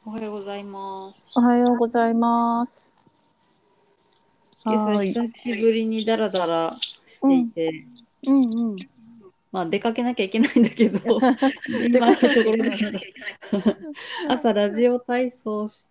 おはようございます。 おはようございます。 今朝はい。 久しぶりにダラダラしうん、 ていて、 うん。 まあ出かけなきゃいけないんだけど、 出か今のところけなきゃいけない。 朝ラジオ体操して、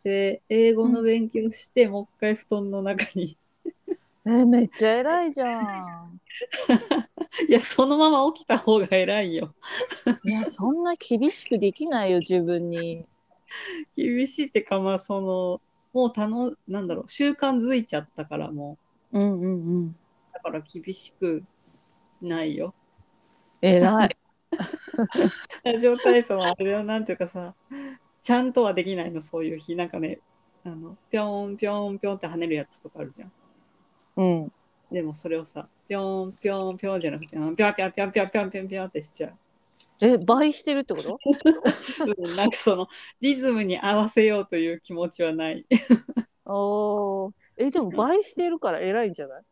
英語うん。 の勉強して、もう一回布団の中に。 めっちゃ偉いじゃん。 いや、そのまま起きた方が偉いよ。 いや、そんな厳しくできないよ、自分に。 厳しいってか、まあもうなんだろう、習慣づいちゃったからもうん。 だから厳しくないよ。 偉い。 ラジオ体操はあれだよ、なんていうかさ、ちゃんとはできないの、そういう日。なんかね、ぴょんぴょんぴょんって跳ねるやつとかあるじゃん。 うん。 でもそれをさ、ぴょんぴょんぴょんじゃなくて、ぴょんぴょんぴょんぴょんぴょんぴょんぴょんってしちゃう。 倍してるってこと？ なんかリズムに合わせようという気持ちはない。 おー。でも倍してるから偉いんじゃない？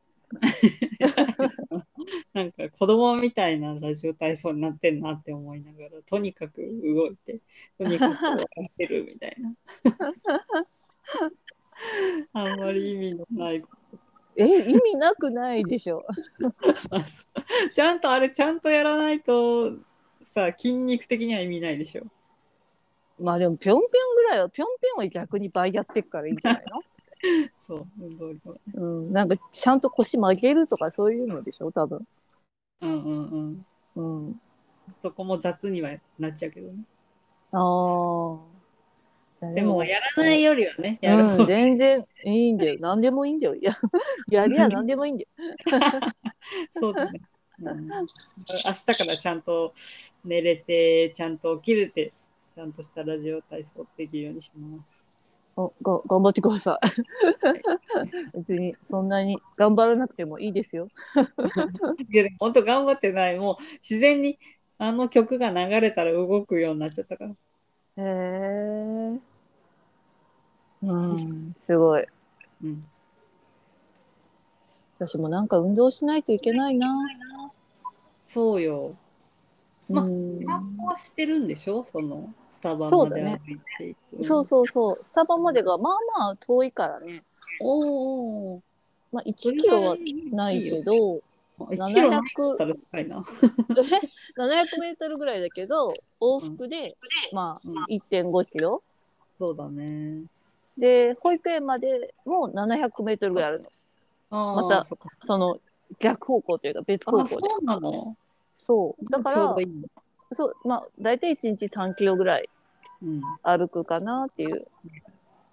なんか子供みたいなラジオ体操になってんなって思いながら、とにかく動いて、とにかく笑ってるみたいな。あんまり意味のないこ意味なくないでしょ。 と。ちゃんとやらないとさ、筋肉的には意味ないでしょ。 まあでも、ぴょんぴょんぐらいは、ぴょんぴょんは逆に倍やってくからいいんじゃないの？ そう、運動量。 うん。なんか、ちゃんと腰曲げるとかそういうのでしょ、多分。 うんうんうん。 うん。 そこも雑にはなっちゃうけどね。 ああ。 でもまあでも、 やらないよりはね、やるうん、 方が。 全然いいんだよ。何でもいいんだよ。やりゃ何でもいいんだよ。 そうだね。うん、明日からちゃんと寝れて、ちゃんと起きれて、ちゃんとしたラジオ体操できるようにします。 頑張ってください。 はい、 別にそんなに頑張らなくてもいいですよ。 いや、でも本当頑張ってない。もう自然にあの曲が流れたら動くようになっちゃったから。 へえ。うん、すごい。 うん。 私もなんか運動しないといけないな。 そうよ。 うまあ、散歩ん。 はしてるんでしょ、スタバまで歩そうだね。 いていく。うそうん、 そうそう。スタバまでがまあまあ遠いからね。 おー、 まあ1 それはキロはないいいよ。 けど、 一路ない 700、 ったら高いな。 700メートルぐらいだけど、往うん、 復で、まあ、 うん、 1.5キロ。 そうだね。 で、保育園までも700メートルぐらいあるの。まああ、 た、 そっか。 その、逆方向というか別方あ、 向で。 そうなの。 そう。だから、 ちょうどいいね。 そう、まあ、だいたい1日3キロぐらいうん。 歩くかなっていう。 うん、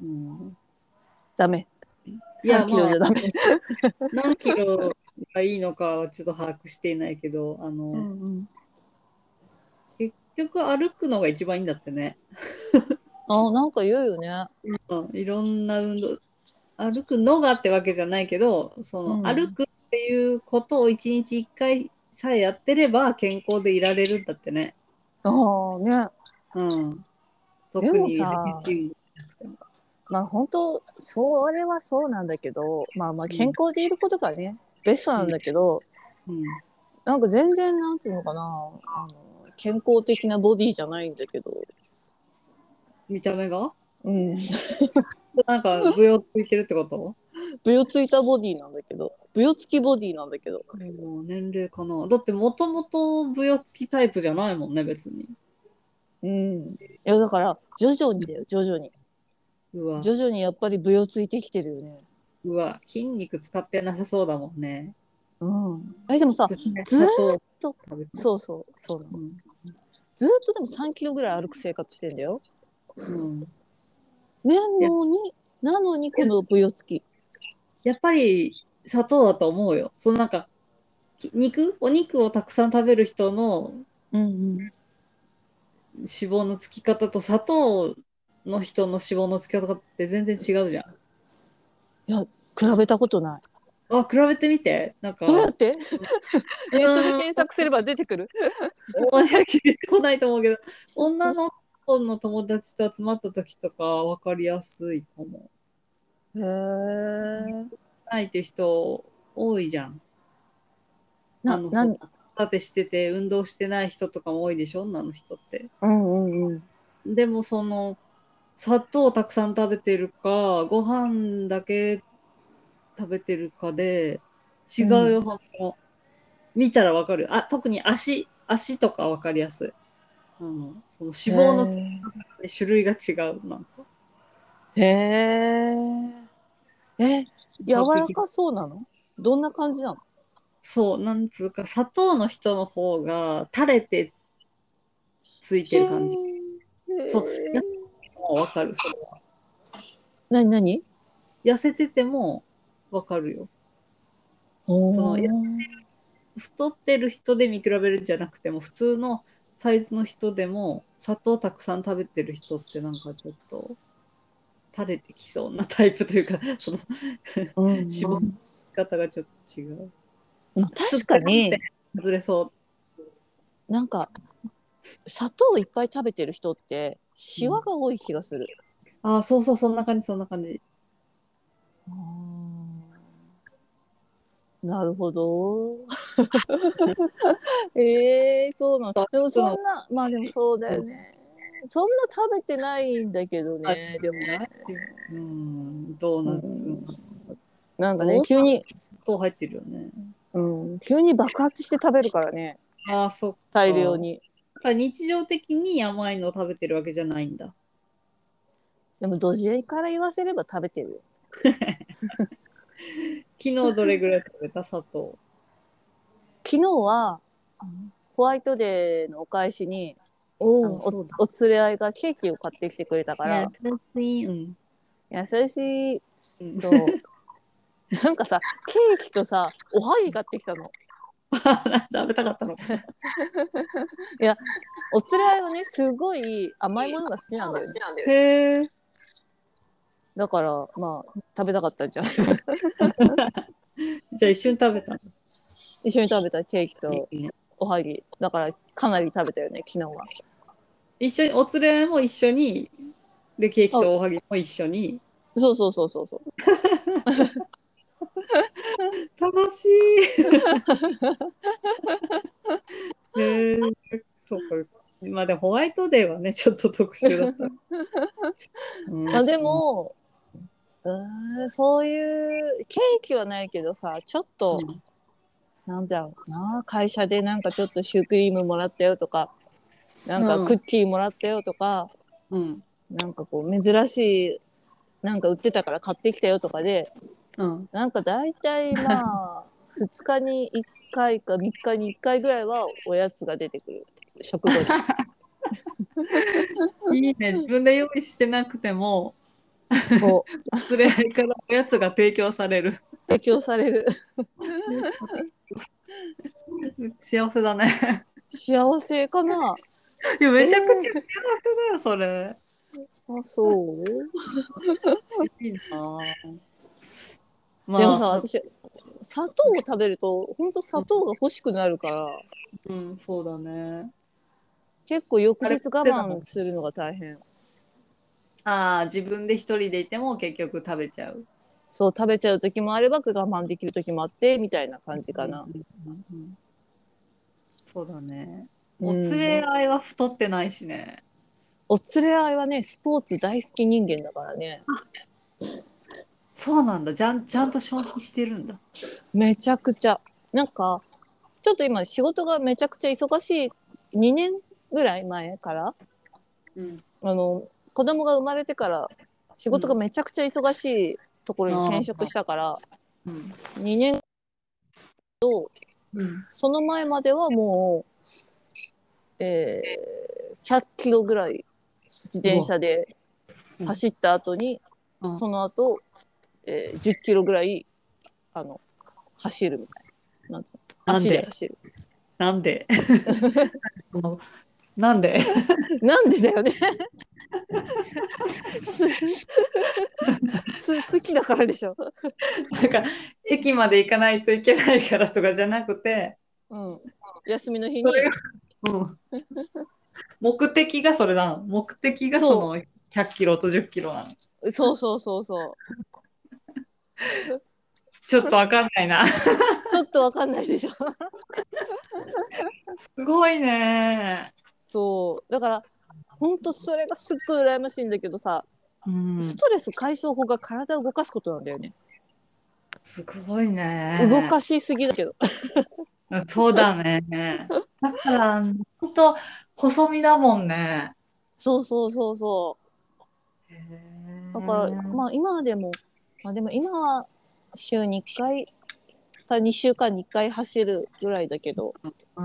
ダメ。3 いや、 キロじゃダメ。 何キロがいいのかはちょっと把握していないけど、 うんうん。 結局歩くのが一番いいんだってね。 なんか言うよね。 うん、いろんな運動、歩くのがってわけじゃないけど、 うん。 歩くっていうことを一日一回さえやってれば健康でいられるんだってね。 ああ、ね。 うん。 でも特に激さ、 しい運動じゃなくても。 まあ本当、それはそうなんだけど、まあまあうん。 健康でいることがね、ベストなんうん。 だけど、 うん。 なんか全然、なんつうのかな、健康的なボディじゃないんだけど、 見た目がうん。 なんか、ぶよついてるってこと？ ぶよついたボディなんだけど、ぶよつきボディなんだけど。 もう年齢かな。だってもともとぶよつきタイプじゃないもんね、別に。 うん。いや、だから、徐々にだよ、徐々に。 うわ、 徐々にやっぱりぶよついてきてるよね。 うわ、筋肉使ってなさそうだもんね。 うん。でもさ、 ずっとねずーっ砂糖と、 食べて。 そうなの。 うん。 ずーっとでも3キロぐらい歩く生活してんだよ。 うん。 ないや、 のに、なのにこのぶよつき。 やっぱり砂糖だと思うよ。なんか、お肉をたくさん食べる人のうんうん。 脂肪のつき方と砂糖の人の脂肪のつき方って全然違うじゃん。 いや、比べたことない。 あ、比べてみて。なんか、 どうやって？ うネットでーん、 検索すれば出てくる？ 出てこないと思うけど、女の子の友達と集まった時とか分かりやすいかも。 へえ。 ないって人多いじゃん。 な、な子ん、 育てしてて運動してない人とかも多いでしょ、女の人って。 うんうんうん。 でも砂糖をたくさん食べてるか、ご飯だけ食べてるかで違うよ、本当。見たらわかる。あ、特に足とかわかりやすい。そのへ脂肪のえ。 種類が違う。なんか、 へえ。え、柔完璧。 らかそうなの？どんな感じなの？ そう、なんつうか、砂糖の人の方が垂れてついてへる感じ。 え。へそう、 え。 わかる、それは。 なになに？ 痩せててもわかるよ。その、 おー。 太ってる人で見比べるんじゃなくても、普通のサイズの人でも、砂糖たくさん食べてる人ってなんかちょっと垂れてきそうなタイプというか、そのうん脂肪のうん。 方がちょっと違う。スッ確かてなってに、 外れそう。 なんか、砂糖をいっぱい食べてる人って、 うん、 シワが多い気がする。 ああ、そうそう、そんな感じ、そんな感じ。 あー、なるほど。そうなの。でもそうの、 そんな、まあでもそうだよね。そんな食べてないんだけどあ、 ね、でもね。 ドーうナツ。 ん、なんかね、 ドーナツ急に、 と入ってるよね。 うん、急に爆発して食べるからね、 ああ、そっ大量か。 に。 日常的に甘いのを食べてるわけじゃないんだ。 でも、ドジエから言わせれば食べてるよ。 昨日どれぐらい食べた砂糖？ 昨日は、ホワイトデーのお返しに、 おお、そうだ。 お連れ合いがケーキを買ってきてくれたかね、 ら、 いい、うん。 優しい。 うん。 そう。なんかさ、ケーキとさ、おはぎ買ってきたの。 食べたかったのか。 いや、お連れ合いはね、すごい甘いものが好きなんだよね。 へえ。 だから、まあ、食べたかったんじゃん。 じゃあ一緒に食べたんだ。 一緒に食べたケーキといいね。 おはぎ。だから、かなり食べたよね、昨日は。 一緒に、お連れ合いも一緒に、で、ケーキあ、 とおはぎも一緒に。 そうそうそうそうそう。 楽しい。へえ、そうか。まあでもホワイトデーはね、ちょっと特殊だった。うん。 あ、でも、そういうケーキはないけどさ、ちょっと、なんだろうな、会社でなんかちょっとシュークリームもらったよとか、なんかうん。 クッキーもらったよとか、 うん。 なんかこう珍しい、なんか売ってたから買ってきたよとかで、 うん。 なんか大体まあ、2日に1回か3日に1回ぐらいはおやつが出てくる。食後に。 いいね。自分で用意してなくても、 そう。 連れ合いからおやつが提供される。 提供される。 幸せだね。 幸せかな？ いや、 えめちゃくちゃ幸ー、 せだよ、それ。 あ、そう。 いいなぁ。 でもさ、 まあ、 私、砂糖を食べると、ほんと砂糖が欲しくなるから、 うん、そうだね。 結構翌あれ持日我ってたの？ 慢するのが大変。 ああ、自分で一人でいても結局食べちゃう。 そう、食べちゃう時もあれば我慢できる時もあって、みたいな感じうんかな。 うんうんうん、そうだね。 うお連れん。 合いは太ってないしね。 お連れ合いはね、スポーツ大好き人間だからね。 そうなんだ。ちゃんと消費してるんだ。 めちゃくちゃ。なんか、ちょっと今仕事がめちゃくちゃ忙しい、2年ぐらい前から、 うん。 子供が生まれてから仕うん。 事がめちゃくちゃ忙しいところに転職ああ、 したから、 うん。 2年と、 うん。 その前まではもう、100キロぐらい自うわ。 転車でうん。 走った後に、 あ、 その後、10キロぐらい、走るみたいな。なんつうの、 なんで？ 足で走る。 なんで？なんで？ なんでだよね。好きだからでしょ。 なんか、駅まで行かないといけないからとかじゃなくて、 うん。休みの日に、 それが、うん、目的がそれなの。目的がそその100キロと10キロなの。 そうそうそうそう。 ちょっとわかんないな。 ちょっとわかんないでしょ。 すごいね。 そう。だから、ほんとそれがすっごい羨ましいんだけどさ、 うん、 ストレス解消法が体を動かすことなんだよね。 すごい動ね。 かしすぎだけど。 そうだね。だから、ほんと、細身だもんね。 そうそうそうそう。 へだから、 え。 まあ今でも、まあでも今は週に1回か2週間に1回走るぐらいだけど、 うん。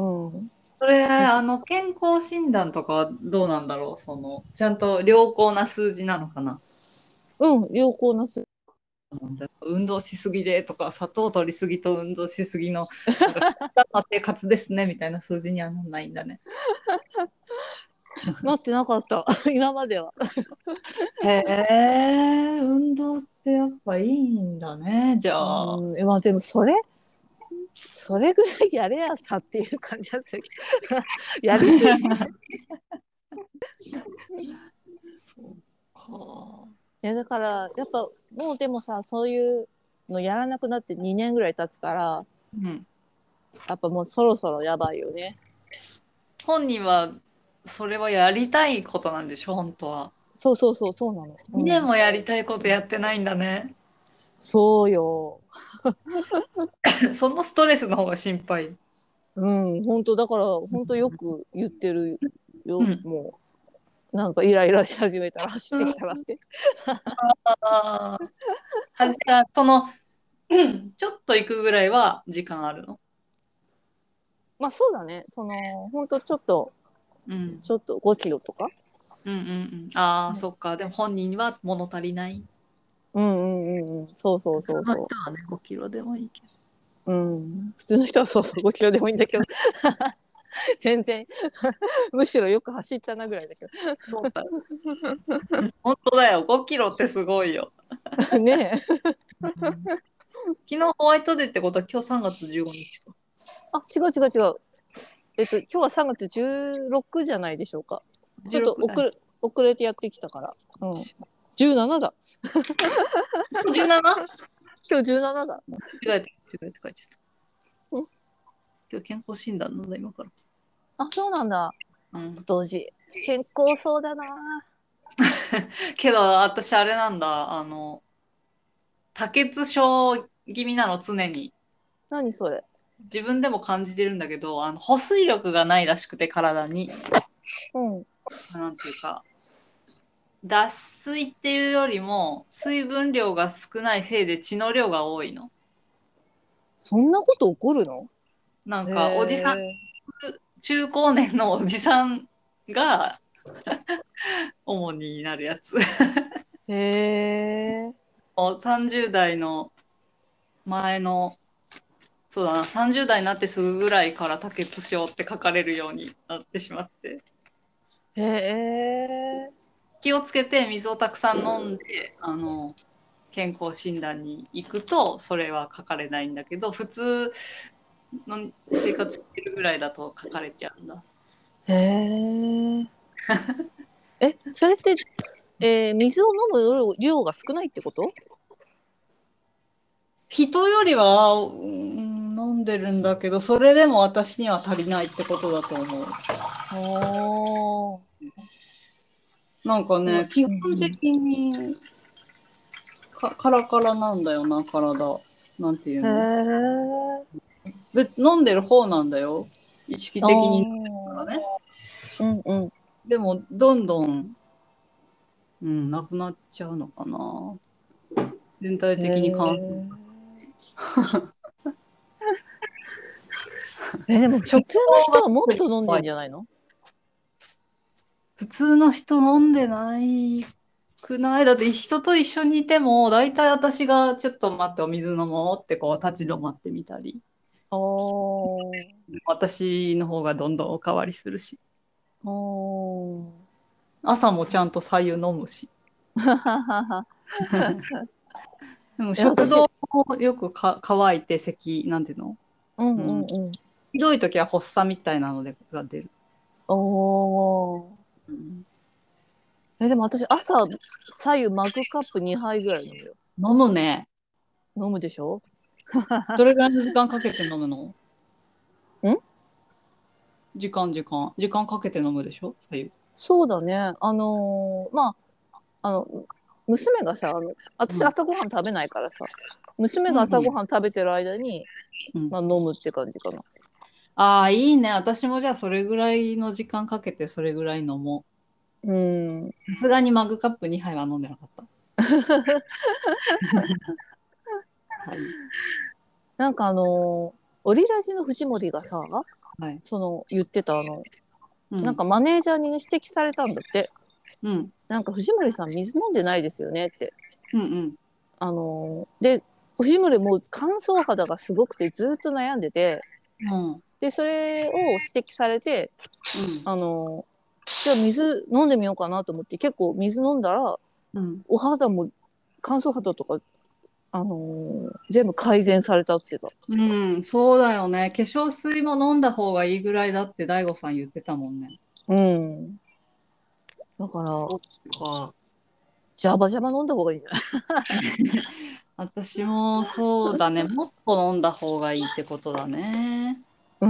うん。 それ、健康診断とかはどうなんだろう、ちゃんと良好な数字なのかな。 うん、良好なす。 運動しすぎでとか、砂糖取りすぎと運動しすぎの、なんか、極端な生活ですね、みたいな数字にはなんないんだね。 なってなかった。今までは。 へえ、運動ってやっぱいいんだね、じゃあ。 うん、まあでもそれぐらいやれやさっていう感じなんですよ。やりすぎ。いそうか。 やだからやっぱもうでもさ、そういうのやらなくなって2年ぐらい経つから、 うん。 やっぱもうそろそろやばいよね。 本人は、それはやりたいことなんでしょ、本当は。 そうそうそうそうなの。う 2年ん。 もやりたいことやってないんだね。 そうよ。 そのストレスの方が心配。 うん、本当だから本当よく言ってるよ。 うん。 もうなんかイライラし始めたら走ってきたらって。 あーじゃあ、ちょっと行くぐらいは時間あるの？ まあそうだね。本当うん。 ちょっと5キロとか。 うんうんうん。ああ、そっか。でも本人には物足りない。 うんうんうんうん。そうそう普通の人そうそはね、5キロでもいいけど。 う。うん。普通の人はそうそう5キロでもいいんだけど、全然むしろよく走ったなぐらいだけそうだよ。本当だよ。5キロってすごいよ。 ど。ねえ。 うん、昨日ホワイトデーってことは今日3月15日か。 あ、違う違う違う。今日は3月16じゃないでしょうか。ちょっと 16だね。 遅れてやってきたから。うん。17だ。 17？ 今日17だ。 間違えて書いちゃった。 うん。 今日健康診断なんだ、今から。 あ、そうなんだ。 うん。 同時。健康そうだな。 けど、私あれなんだ。多血症気味なの、常に。 何それ。 自分でも感じてるんだけど、保水力がないらしくて、体に。 うん。 なんていうか、脱水っていうよりも、水分量が少ないせいで血の量が多いの。 そんなこと起こるの？へなんか、おじさん、 え。 中高年のおじさんが主になるやつ。 へえ。 30代の前の、そうだな、30代になってすぐぐらいから多血症って書かれるようになってしまって。 へえ。 気をつけて水をたくさん飲んで、健康診断に行くと、それは書かれないんだけど、普通の生活してるぐらいだと書かれちゃうんだ。 へえ。それって、水を飲む量が少ないってこと？ 人よりは、飲んでるんだけど、それでも私には足りないってことだと思う。 おー。 なんかね、基本的にカラカラなんだよな、体。なんていうへの？ え。 飲んでる方なんだよ。意識あ的に飲んでるかー。 らね。 うんうん。 でも、どんどん、なくなっちゃうのかな。全体へ的にえ。でも普食通の道が人はもっと飲んで怖い。 んじゃないの？ 普通の人飲んでないくない。だって人と一緒にいても、だいたい私がちょっと待ってお水飲もうってこう立ち止まってみたり、 おー。 私の方がどんどんおかわりするし、 おー。 朝もちゃんと白湯飲むし。でも食私、 道もよく乾いて咳、なんていうの？ うんうん。 うんうん。 ひどい時は発作みたいなのでが出る。 おー。 うん、 でも私、朝、白湯マグカップ2杯ぐらい飲むよ。 飲むね。 飲むでしょ？ どれぐらいの時間かけて飲むの？ ん時間かけて飲むでしょ白湯。 そうだね。まあ、 あの娘がさ、私朝ごはん食べないからさ、娘が朝ごはん食べてる間に、 うん。 まあ、飲むって感じかな。 ああ、いいね。私もじゃあそれぐらいの時間かけてそれぐらい飲もうん。 う。さすがにマグカップ2杯は飲んでなかった。はい。 なんかオリラジの藤森がさ、 はい。 言ってたなんうん。 かマネージャーにね指摘されたんだって。 うん。 なんか藤森さん水飲んでないですよねって。 うんうん。 で、藤森も乾燥肌がすごくてずっと悩んでて、 うん。 で、それを指摘されて、 うん。 あの、じゃあ水飲んでみようかなと思って結構水飲んだら、 うん。 お肌も乾燥肌とか、全部改善されたって言ってうん、そうだよね。化粧水も飲んだ方がいいぐらいだって大悟さん言ってたもんね。 た。うん。だから、 そうか。 ジャバジャバ飲んだ方がいいんじゃない？ 私もそうだね。もっと飲んだ方がいいってことだね。 うん。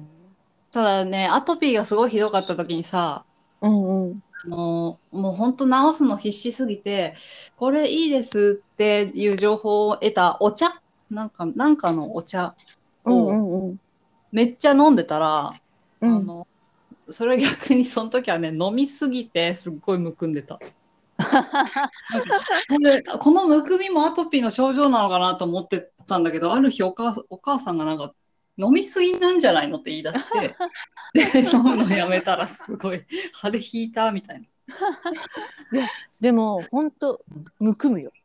ただね、アトピーがすごいひどかった時にさ、 うんうん。 もう本当治すの必死すぎて、これいいですっていう情報を得たお茶なんかのお茶うんうをんうん。 めっちゃ飲んでたら、 うん。 それ逆にその時はね、飲みすぎてすっごいむくんでた。なんかこのむくみもアトピーの症状なのかなと思ってたんだけど、ある日お母さんがなんか、飲みすぎなんじゃないのって言い出して、で、飲むのやめたらすごい、腫れ引いたみたいな。 いや、でも、ほんと、むくむよ。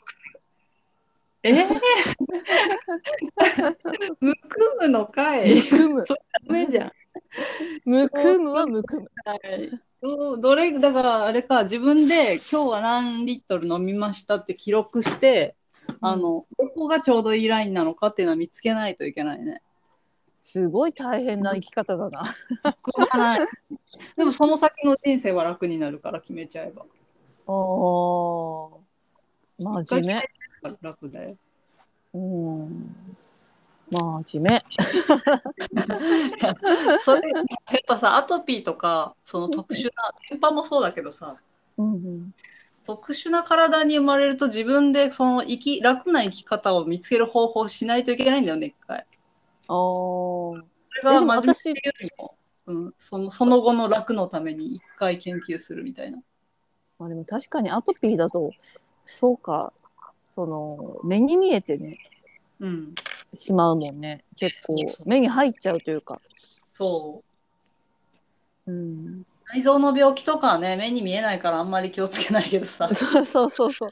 えー、むくむのかい。 むくむ。 それダメじゃん。 むくむはむくむ。 はい。だからあれか、自分で今日は何リットル飲みましたって記録して、 うん。 どこがちょうどいいラインなのかっていうのは見つけないといけないね。 すごい大変な生き方だな。 僕はない。でもその先の人生は楽になるから決めちゃえば。 おー、 一真面目。 回決めたら楽だよ。 うん。真面それ、やっぱさ、アトピーとか、その特殊な、天パもそうだけどさ、 目。うんうん。 特殊な体に生まれると自分でその楽な生き方を見つける方法をしないといけないんだよね、一回。 あー。 それがでも真面目っ私、 ていうよりも、その後の楽のために一回研究するみたいな。 まあでも確かにアトピーだと、そうか、目に見えてね、 うん。 しまうもんね。結構、 そうそう。 目に入っちゃうというか。 そう。 うん。 内臓の病気とかはね、目に見えないからあんまり気をつけないけどさ。 そうそうそうそう。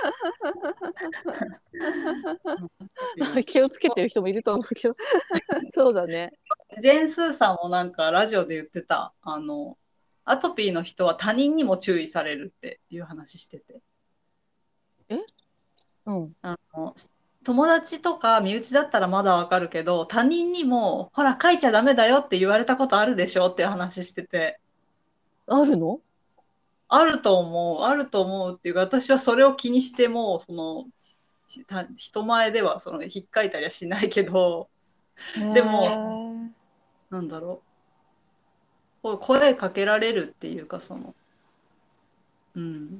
気をつけてる人もいると思うけど。そうだね。 ジェーン・スーさんもなんかラジオで言ってた、アトピーの人は他人にも注意されるっていう話してて。 えうん。 あの、友達とか身内だったらまだわかるけど、他人にも、ほら、書いちゃダメだよって言われたことあるでしょっていう話してて、 あるの？ あると思うっていうか、私はそれを気にしても、人前ではひっかいたりはしないけど、 へでも、 え。 なんだろう、こう声かけられるっていうか、うん、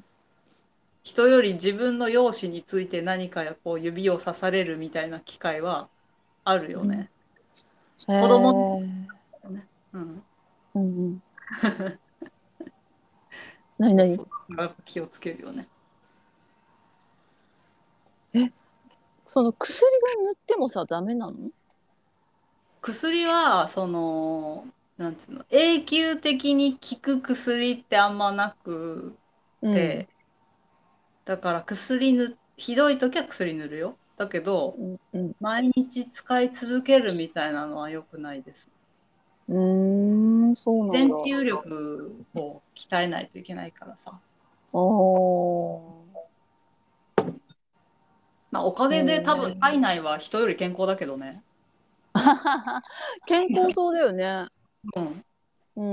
人より自分の容姿について何かこう指をさされるみたいな機会はあるようん。 ね。 へ子供え。 のね。うん。 うんうん。なになに？ そうそう。やっぱ気をつけるよね。 え、その薬が塗ってもさ、ダメなの？ 薬は、なんつうの、永久的に効く薬ってあんまなくうん。 て、だからひどい時は薬塗るよ。だけど、 うんうん。 毎日使い続けるみたいなのは良くないです。 うーん、そうなんだ。 全治癒力を鍛えないといけないからさ。 ああ。 まあ、おかへげで多分体え。 内は人より健康だけどね。 健康そうだよね。 うん。 うん。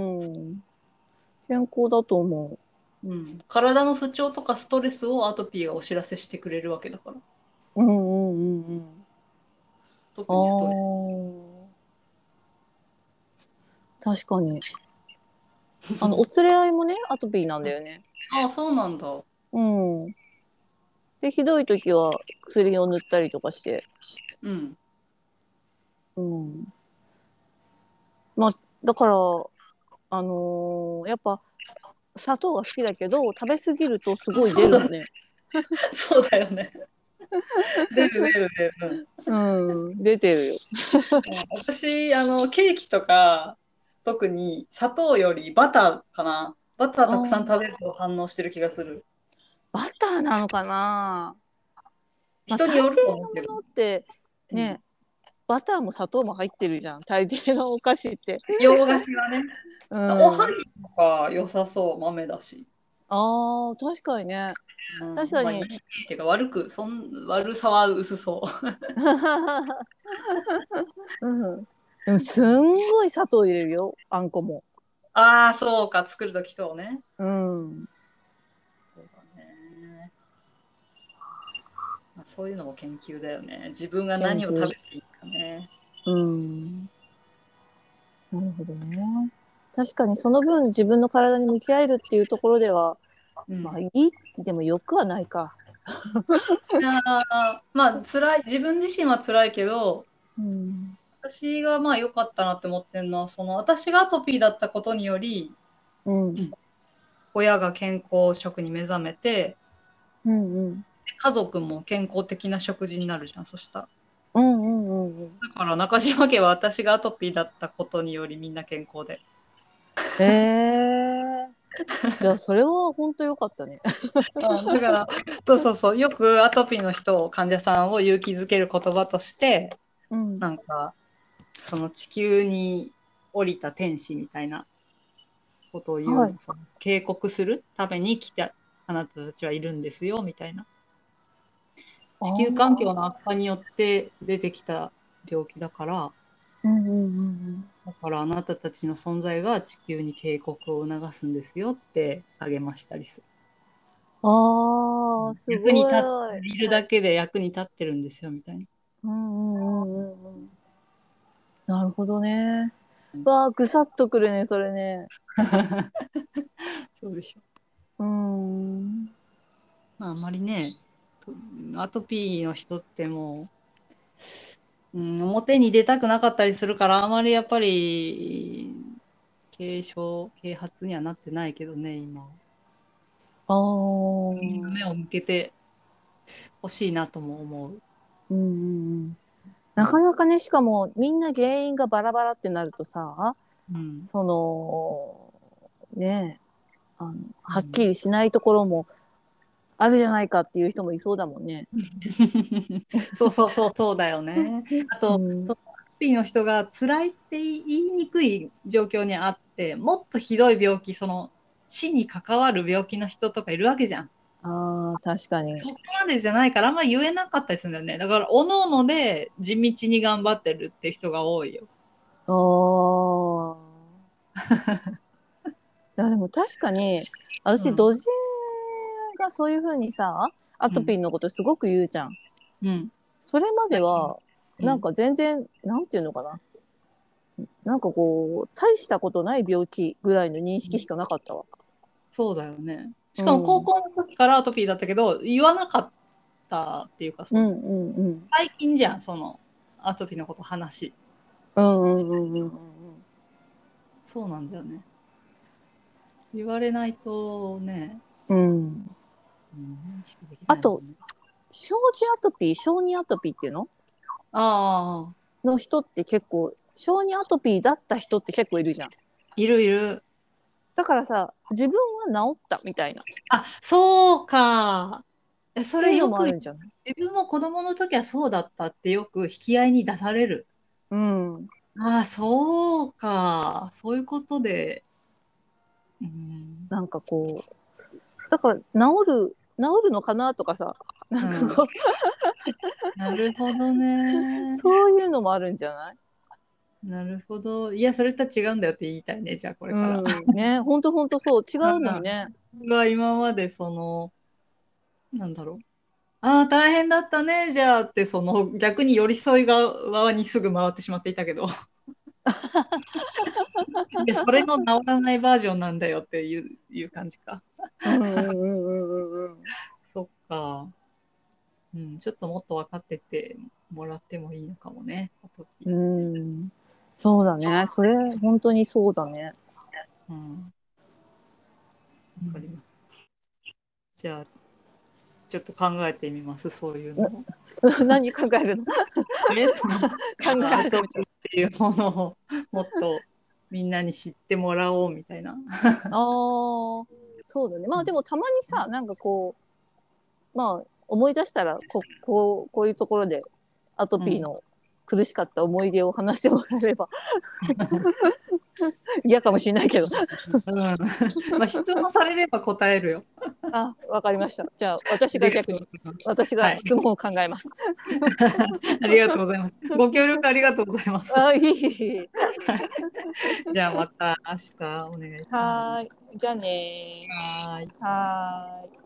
健康だと思うん。体の不調とかストレスをアトピーがお知らせしてくれるわけだから。 う。うんうんうんうん。あ特にストレス。 あ。確かに。お連れ合いもね、アトピーなんだよね。 ああ、そうなんだ。 うん。で、ひどい時は薬を塗ったりとかして。 うん。 うん。まあ、だから、やっぱ砂糖が好きだけど、食べ過ぎるとすごいそうだ、 出るのね。 そうだよね。出る出る出る。うん。 うん、出てるよ。 私、ケーキとか、特に砂糖よりバターかな。バターあたくさんー、 食べると反応してる気がする。 バターなのかな。まあ、大抵人によると思うけど。 のものってうん。 ね、バターも砂糖も入ってるじゃん。大抵のお菓子って。 洋菓子はね。 うおはん。 ぎとか良さそう、豆だし。 ああ、確かにね。 うん。まあ、いい確かに。 っていうか、悪さは薄そう。 うん。でもすんごい砂糖入れるよ、あんこも。 ああ、そうか、作るときそうね。 うん。 そうだね。まあ、そういうのも研究だよね。自分が何を食べ研究。 ていいかね。 うん。なるほどね。確かにその分自分の体に向き合えるっていうところでは、 うん。 まあいい、でも欲はないか。 まあ、辛い、自分自身は辛いけど、 うん。 私がまあ良かったなって思ってるのは、私がアトピーだったことにより、 うん。 うん親が健康食に目覚めて、 うんうん。 家族も健康的な食事になるじゃん、そしたら。 うんうんうんうん。 だから中島家は私がアトピーだったことによりみんな健康で。 ええ、じゃあそれは本当良かったね。 うん、だから、そうそうそう、よくアトピーの人、患者さんを勇気づける言葉として、 うん。 なんか、その地球に降りた天使みたいなことを言うはい。 の、警告するために来たあなたたちはいるんですよ、みたいな。 あ地球環境あ。 の悪化によって出てきた病気だから、 うんうんうんだからあなたたちの存在が地球に警告を促すんですよって励ましたりする。 うん。ああ、すご役に立ってい。 いるだけで役に立ってるんですよみたいな。 うんうんうんうんうん。なるほどね。わあ、ぐさっとくるね、それね。 そうでしょ。 うーん。 まあ、あんまりね、アトピーの人ってもう、表に出たくなかったりするから、あまりやっぱり、啓発にはなってないけどね、今。 ああ。 目を向けてほしいなとも思う。 うんうんうん。なかうん。 なかね、しかもみんな原因がバラバラってなるとさ、 うん。 その、ねえ、はっきうん。 りしないところもあるじゃないかっていう人もいそうだもんね。 そうそうそうそうだよね。あと、 うん。 ハッピーの人が辛いって言いにくい状況にあって、もっとひどい病気、死に関わる病気の人とかいるわけじゃん。 ああ、確かに。 そこまでじゃないからあんま言えなかったりするんだよね。だから、おのおので地道に頑張ってるって人が多いよ。 ああ。いや、でも確かに、私、 うん。 土地がそういうふうにさ、アうん。 トピーのことすごく言うじゃん。 うん。 それまでは、なんうん。 か全然、なんていうのかな。なんかこう、大したことない病気ぐらいの認識しかなかったわ。 そうだよね。しうかも高ん。 校の時からアトピーだったけど、言わなかったっていうか、 うんうんうん。 最近じゃん、アトピーのこと話。 うんうんうんうんうん。 そうなんだよね。言われないとね、 うん。 認識できあと、 ないもんね。 小児アトピー、小児アトピーっていうのああ、 の人って結構、小児アトピーだった人って結構いるじゃん。 いるいる。 だからさ、自分は治ったみたいな。っあ、そうか。そていうのれよく、 もあるんじゃない？ 自分も子供の時はそうだったってよく引き合いに出される。 うん。 ああ、そうか。そういうことで、うん、 なんかこう、だから治るのかなとかさ、なうん。 んかこう、 なるほどね。 そういうのもあるんじゃない？ なるほど。いや、それとは違うんだよって言いたいね。じゃあ、これから。 うん。ね、ほんとほんとそう、違うもんね。 僕が今までなんだろう。ああ、大変だったね、じゃあって、逆に寄り添い側にすぐ回ってしまっていたけど。 で、それの治らないバージョンなんだよっていう感じか。 うんうんうんうんうん。 そっか。うん、ちょっともっと分かってってもらってもいいのかもね、アトピー。 うん、そうだね。それ本当にそうだね。 うん、わかります。じゃあ、ちょっと考えてみます、そういうのを。 何考えるの？ その、 考えア始めちゃう。 トピーっていうものをもっとみんなに知ってもらおうみたいな。 ああ、そうだね。まあでもたまにさ、なんかこう、まあ思い出したらこういうところでアトうん。 ピーの苦しかった思い出を話してもらえれば嫌かもしれないけど。 うん。まあ、質問されれば答えるよ。 あ、わかりました。じゃあ私ありがとうが逆に、 ございます。 私はい。 が質問を考えます。 ありがとうございます。ご協力ありがとうございます。 あ、いい。 じゃあまた明日お願いします。 はーい。じゃあねはーい。 ー。はーい。